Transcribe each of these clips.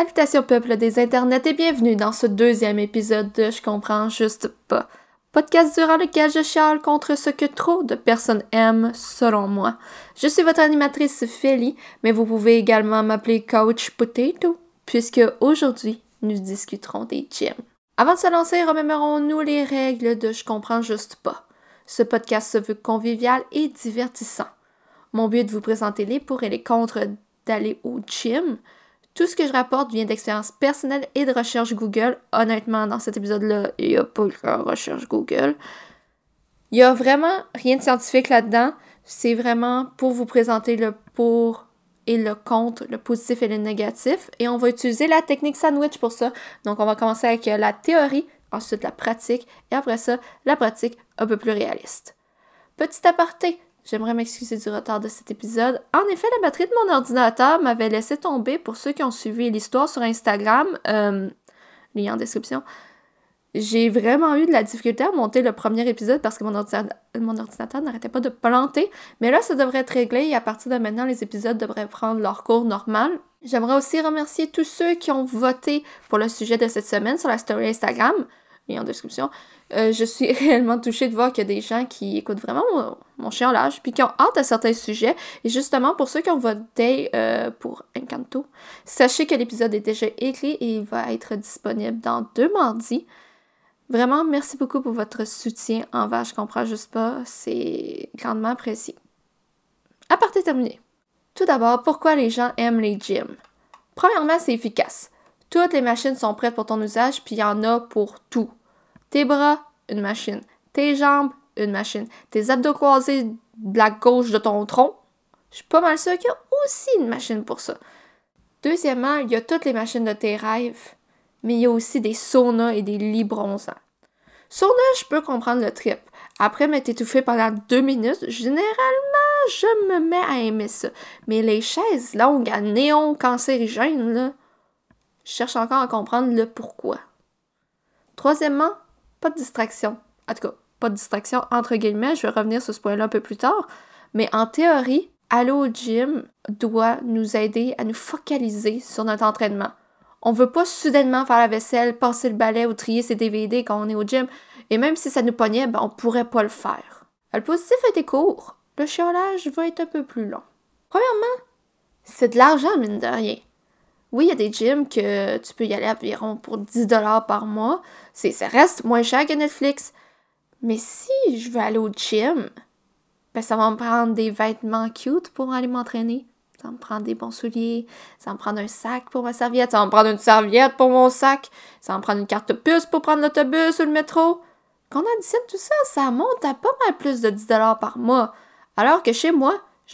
Salutations peuple des internets et bienvenue dans ce deuxième épisode de Je comprends juste pas. Podcast durant lequel je chiale contre ce que trop de personnes aiment, selon moi. Je suis votre animatrice Félie, mais vous pouvez également m'appeler Couch Potato, puisque aujourd'hui, nous discuterons des gyms. Avant de se lancer, remémorons-nous les règles de Je comprends juste pas. Ce podcast se veut convivial et divertissant. Mon but est de vous présenter les pour et les contre d'aller au gym. Tout ce que je rapporte vient d'expériences personnelles et de recherche Google. Honnêtement, dans cet épisode-là, il n'y a pas eu de recherche Google. Il n'y a vraiment rien de scientifique là-dedans. C'est vraiment pour vous présenter le pour et le contre, le positif et le négatif. Et on va utiliser la technique sandwich pour ça. Donc, on va commencer avec la théorie, ensuite la pratique, et après ça, la pratique un peu plus réaliste. Petit aparté. J'aimerais m'excuser du retard de cet épisode. En effet, la batterie de mon ordinateur m'avait laissé tomber. Pour ceux qui ont suivi l'histoire sur Instagram, lien en description, j'ai vraiment eu de la difficulté à monter le premier épisode parce que mon ordinateur n'arrêtait pas de planter. Mais là, ça devrait être réglé et à partir de maintenant, les épisodes devraient prendre leur cours normal. J'aimerais aussi remercier tous ceux qui ont voté pour le sujet de cette semaine sur la story Instagram, lien en description. Je suis réellement touchée de voir qu'il y a des gens qui écoutent vraiment mon chialage, puis qui ont hâte à certains sujets. Et justement, pour ceux qui ont voté pour Encanto, sachez que l'épisode est déjà écrit et il va être disponible dans 2 mardis. Vraiment, merci beaucoup pour votre soutien envers Je comprends juste pas. C'est grandement apprécié. Aparté terminé. Tout d'abord, pourquoi les gens aiment les gyms? Premièrement, c'est efficace. Toutes les machines sont prêtes pour ton usage, puis il y en a pour tout. Tes bras, une machine. Tes jambes, une machine. Tes abdos croisés de la gauche de ton tronc, je suis pas mal sûre qu'il y a aussi une machine pour ça. Deuxièmement, il y a toutes les machines de tes rêves, mais il y a aussi des saunas et des lits bronzants. Sauna, je peux comprendre le trip. Après m'être étouffée pendant 2 minutes, généralement, je me mets à aimer ça. Mais les chaises longues à néon cancérigène, là, je cherche encore à comprendre le pourquoi. Troisièmement, pas de distraction. En tout cas, pas de distraction entre guillemets, je vais revenir sur ce point-là un peu plus tard. Mais en théorie, aller au gym doit nous aider à nous focaliser sur notre entraînement. On veut pas soudainement faire la vaisselle, passer le balai ou trier ses DVD quand on est au gym. Et même si ça nous pognait, on pourrait pas le faire. Le positif a été court. Le chiolage va être un peu plus long. Premièrement, c'est de l'argent, mine de rien. Oui, il y a des gyms que tu peux y aller environ pour 10$ par mois. Ça reste moins cher que Netflix. Mais si je veux aller au gym, ça va me prendre des vêtements cute pour aller m'entraîner. Ça va me prendre des bons souliers. Ça va me prendre un sac pour ma serviette. Ça va me prendre une serviette pour mon sac. Ça va me prendre une carte puce pour prendre l'autobus ou le métro. Quand on additionne tout ça, ça monte à pas mal plus de 10$ par mois. Alors que chez moi, j'ai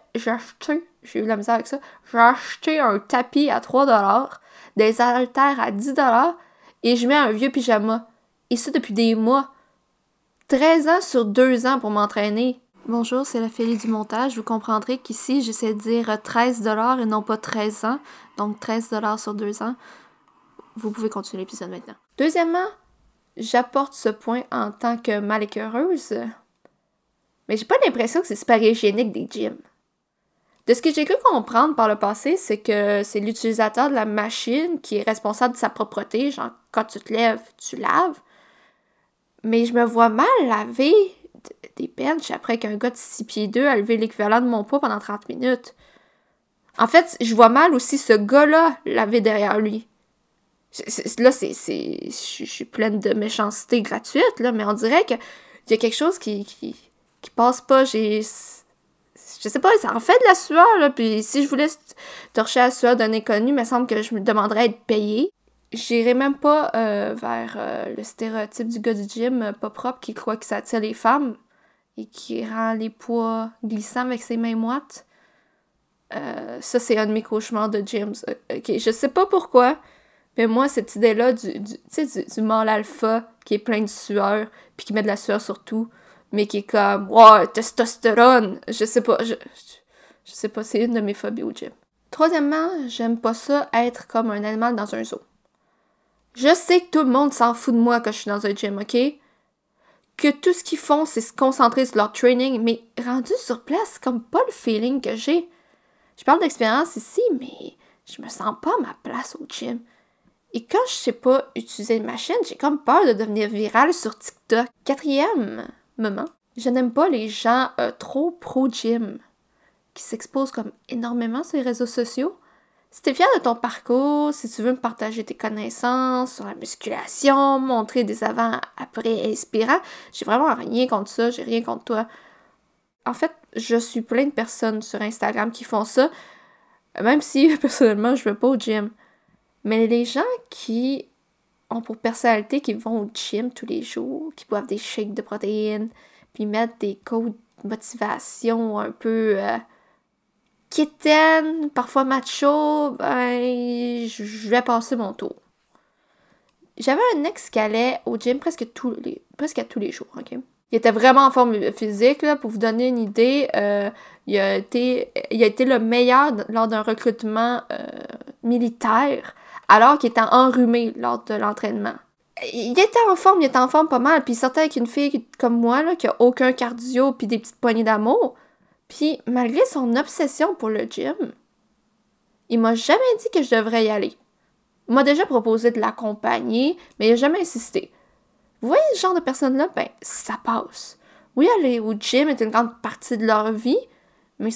eu la misère avec ça, j'ai acheté un tapis à 3$, des haltères à 10$ et je mets un vieux pyjama. Et ça depuis des mois. 13 ans sur 2 ans pour m'entraîner. Bonjour, c'est la Félie du montage. Vous comprendrez qu'ici, j'essaie de dire 13$ et non pas 13 ans. Donc 13$ sur 2 ans. Vous pouvez continuer l'épisode maintenant. Deuxièmement, j'apporte ce point en tant que malécœureuse. Mais j'ai pas l'impression que c'est super hygiénique des gyms. De ce que j'ai cru comprendre par le passé, c'est que c'est l'utilisateur de la machine qui est responsable de sa propreté. Genre, quand tu te lèves, tu laves. Mais je me vois mal laver des benches après qu'un gars de 6 pieds 2 a levé l'équivalent de mon poids pendant 30 minutes. En fait, je vois mal aussi ce gars-là laver derrière lui. Là, je suis pleine de méchanceté gratuite, là, mais on dirait qu'il y a quelque chose qui passe pas. Je sais pas, ça en fait de la sueur, là, puis si je voulais torcher la sueur d'un inconnu, il me semble que je me demanderais à être payée. J'irais même pas vers le stéréotype du gars du gym pas propre qui croit que ça attire les femmes et qui rend les poids glissants avec ses mains moites. Ça, c'est un de mes cauchemars de gym. Ok, je sais pas pourquoi, mais moi, cette idée-là du mâle alpha qui est plein de sueur, puis qui met de la sueur sur tout, mais qui est comme « wow, testostérone », je sais pas, je sais pas, c'est une de mes phobies au gym. Troisièmement, j'aime pas ça être comme un animal dans un zoo. Je sais que tout le monde s'en fout de moi quand je suis dans un gym, ok? Que tout ce qu'ils font, c'est se concentrer sur leur training, mais rendu sur place, c'est comme pas le feeling que j'ai. Je parle d'expérience ici, mais je me sens pas à ma place au gym. Et quand je sais pas utiliser une machine, j'ai comme peur de devenir virale sur TikTok. 4e moment, je n'aime pas les gens trop pro-gym, qui s'exposent comme énormément sur les réseaux sociaux. Si t'es fier de ton parcours, si tu veux me partager tes connaissances sur la musculation, montrer des avant-après inspirants, j'ai vraiment rien contre ça, j'ai rien contre toi. En fait, je suis plein de personnes sur Instagram qui font ça, même si, personnellement, je vais pas au gym. Mais les gens qui ont pour personnalité qu'ils vont au gym tous les jours, qui boivent des shakes de protéines, puis mettent des codes de motivation un peu kitten, parfois macho, ben, je vais passer mon tour. J'avais un ex qui allait au gym presque à tous les jours, ok? Il était vraiment en forme physique, là, pour vous donner une idée. Il a été le meilleur lors d'un recrutement militaire, alors qu'il était enrhumé lors de l'entraînement. Il était en forme pas mal, puis il sortait avec une fille comme moi, là, qui a aucun cardio, puis des petites poignées d'amour. Puis, malgré son obsession pour le gym, il m'a jamais dit que je devrais y aller. Il m'a déjà proposé de l'accompagner, mais il n'a jamais insisté. Vous voyez ce genre de personnes-là? Ben, ça passe. Oui, aller au gym est une grande partie de leur vie, mais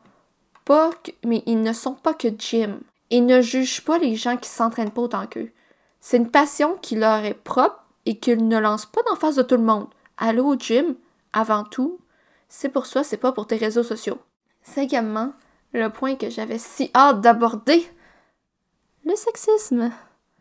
ils ne sont pas que gym. Ils ne jugent pas les gens qui s'entraînent pas autant qu'eux. C'est une passion qui leur est propre et qu'ils ne lancent pas d'en face de tout le monde. Aller au gym, avant tout, c'est pour soi, c'est pas pour tes réseaux sociaux. 5e, le point que j'avais si hâte d'aborder, le sexisme.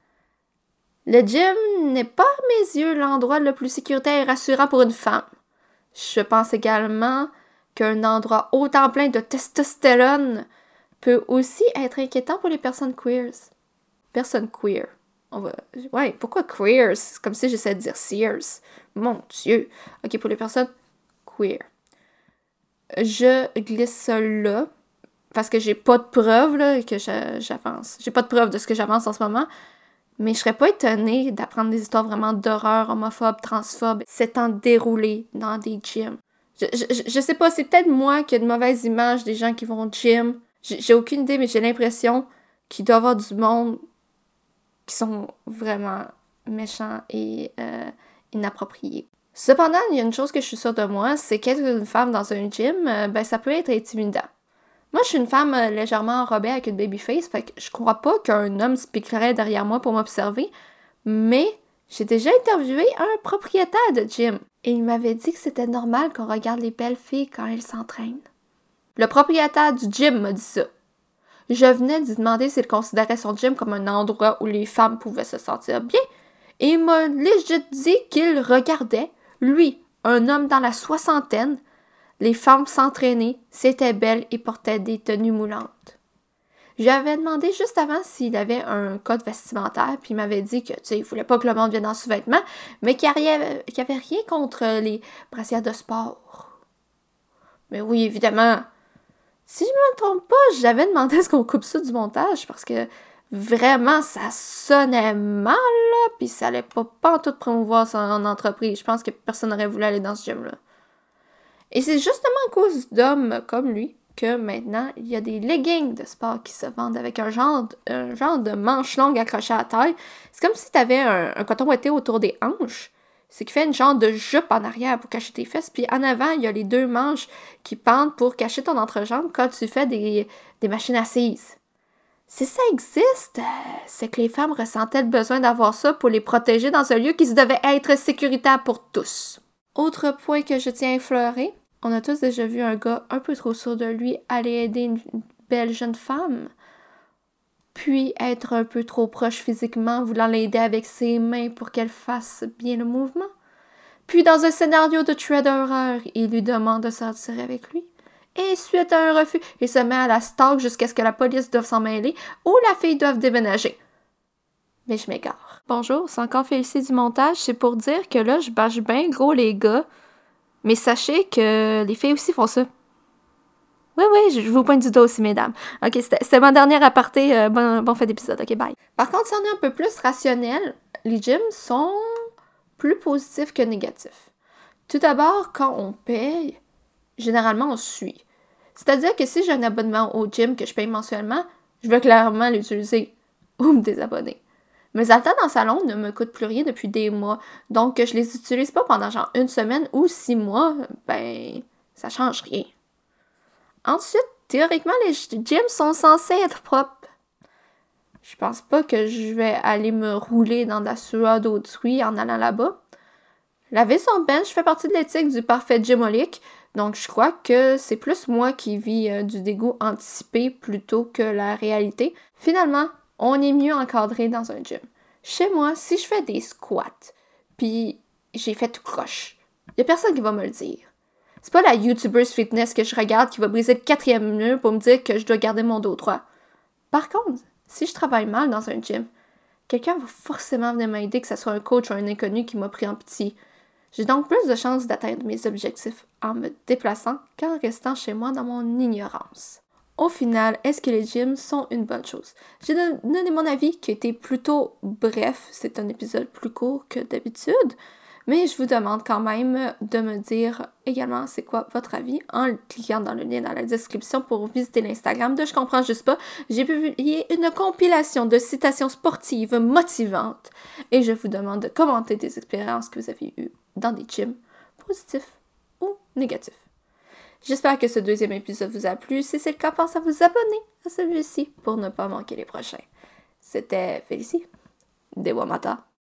Le gym n'est pas, à mes yeux, l'endroit le plus sécuritaire et rassurant pour une femme. Je pense également qu'un endroit autant plein de testostérone peut aussi être inquiétant pour les personnes queers. Personnes queer. Ouais, pourquoi queers? C'est comme si j'essayais de dire Sears. Mon Dieu. Ok, pour les personnes queer. Je glisse ça là, parce que j'ai pas de preuves là, que j'avance. J'ai pas de preuves de ce que j'avance en ce moment, mais je serais pas étonnée d'apprendre des histoires vraiment d'horreur, homophobes, transphobes, s'étant déroulées dans des gyms. Je sais pas, c'est peut-être moi qui ai une mauvaise image des gens qui vont au gym. J'ai aucune idée, mais j'ai l'impression qu'il doit y avoir du monde qui sont vraiment méchants et inappropriés. Cependant, il y a une chose que je suis sûre de moi, c'est qu'être une femme dans un gym, ben ça peut être intimidant. Moi, je suis une femme légèrement enrobée avec une babyface, fait que je crois pas qu'un homme se piquerait derrière moi pour m'observer, mais j'ai déjà interviewé un propriétaire de gym, et il m'avait dit que c'était normal qu'on regarde les belles filles quand elles s'entraînent. Le propriétaire du gym m'a dit ça. Je venais de lui demander s'il considérait son gym comme un endroit où les femmes pouvaient se sentir bien, et il m'a legit dit qu'il regardait, lui, un homme dans la 60aine, les femmes s'entraînaient, s'étaient belles et portaient des tenues moulantes. Je lui avais demandé juste avant s'il avait un code vestimentaire, puis il m'avait dit que, il voulait pas que le monde vienne en sous-vêtements, mais qu'il n'y avait rien contre les brassières de sport. Mais oui, évidemment, si je me trompe pas, j'avais demandé à ce qu'on coupe ça du montage, parce que vraiment, ça sonnait mal, là, puis ça allait pas tout promouvoir son entreprise. Je pense que personne n'aurait voulu aller dans ce gym-là. Et c'est justement à cause d'hommes comme lui que maintenant, il y a des leggings de sport qui se vendent avec un genre de manche longue accrochée à la taille. C'est comme si tu avais un coton ouaté autour des hanches. C'est qui fait une genre de jupe en arrière pour cacher tes fesses. Puis en avant, il y a les 2 manches qui pendent pour cacher ton entrejambe quand tu fais des machines assises. Si ça existe, c'est que les femmes ressentaient le besoin d'avoir ça pour les protéger dans un lieu qui se devait être sécuritaire pour tous. Autre point que je tiens à effleurer, on a tous déjà vu un gars un peu trop sûr de lui aller aider une belle jeune femme, puis être un peu trop proche physiquement, voulant l'aider avec ses mains pour qu'elle fasse bien le mouvement. Puis dans un scénario de trait d'horreur, il lui demande de sortir avec lui. Et suite à un refus, il se met à la stalk jusqu'à ce que la police doive s'en mêler ou la fille doive déménager. Mais je m'égare. Bonjour, c'est encore Félicie du montage. C'est pour dire que là, je bâche bien gros les gars. Mais sachez que les filles aussi font ça. Oui, je vous pointe du doigt aussi, mesdames. Ok, c'était ma dernière aparté. Bon fait d'épisode. Ok, bye. Par contre, si on est un peu plus rationnel, les gyms sont plus positifs que négatifs. Tout d'abord, quand on paye, généralement, on suit. C'est-à-dire que si j'ai un abonnement au gym que je paye mensuellement, Je vais clairement l'utiliser ou me désabonner. Mes haltères dans le salon ne me coûtent plus rien depuis des mois, donc je les utilise pas pendant genre 1 semaine ou 6 mois, ben, ça change rien. Ensuite, théoriquement, les gyms sont censés être propres. Je pense pas que je vais aller me rouler dans de la sueur d'autrui en allant là-bas. Laver son bench fait partie de l'éthique du parfait gymolique, donc je crois que c'est plus moi qui vis du dégoût anticipé plutôt que la réalité. Finalement, on est mieux encadré dans un gym. Chez moi, si je fais des squats, puis j'ai fait tout croche, y a personne qui va me le dire. C'est pas la YouTubers fitness que je regarde qui va briser le 4e mur pour me dire que je dois garder mon dos droit. Par contre, si je travaille mal dans un gym, quelqu'un va forcément venir m'aider, que ce soit un coach ou un inconnu qui m'a pris en pitié. J'ai donc plus de chances d'atteindre mes objectifs en me déplaçant qu'en restant chez moi dans mon ignorance. Au final, est-ce que les gyms sont une bonne chose? J'ai donné mon avis qui était plutôt bref, c'est un épisode plus court que d'habitude, mais je vous demande quand même de me dire également c'est quoi votre avis en cliquant dans le lien dans la description pour visiter l'Instagram de Je comprends juste pas. J'ai publié une compilation de citations sportives motivantes et je vous demande de commenter des expériences que vous avez eues dans des gyms, positifs ou négatifs. J'espère que ce 2e épisode vous a plu. Si c'est le cas, pensez à vous abonner à celui-ci pour ne pas manquer les prochains. C'était Félicie. Dewa Mata.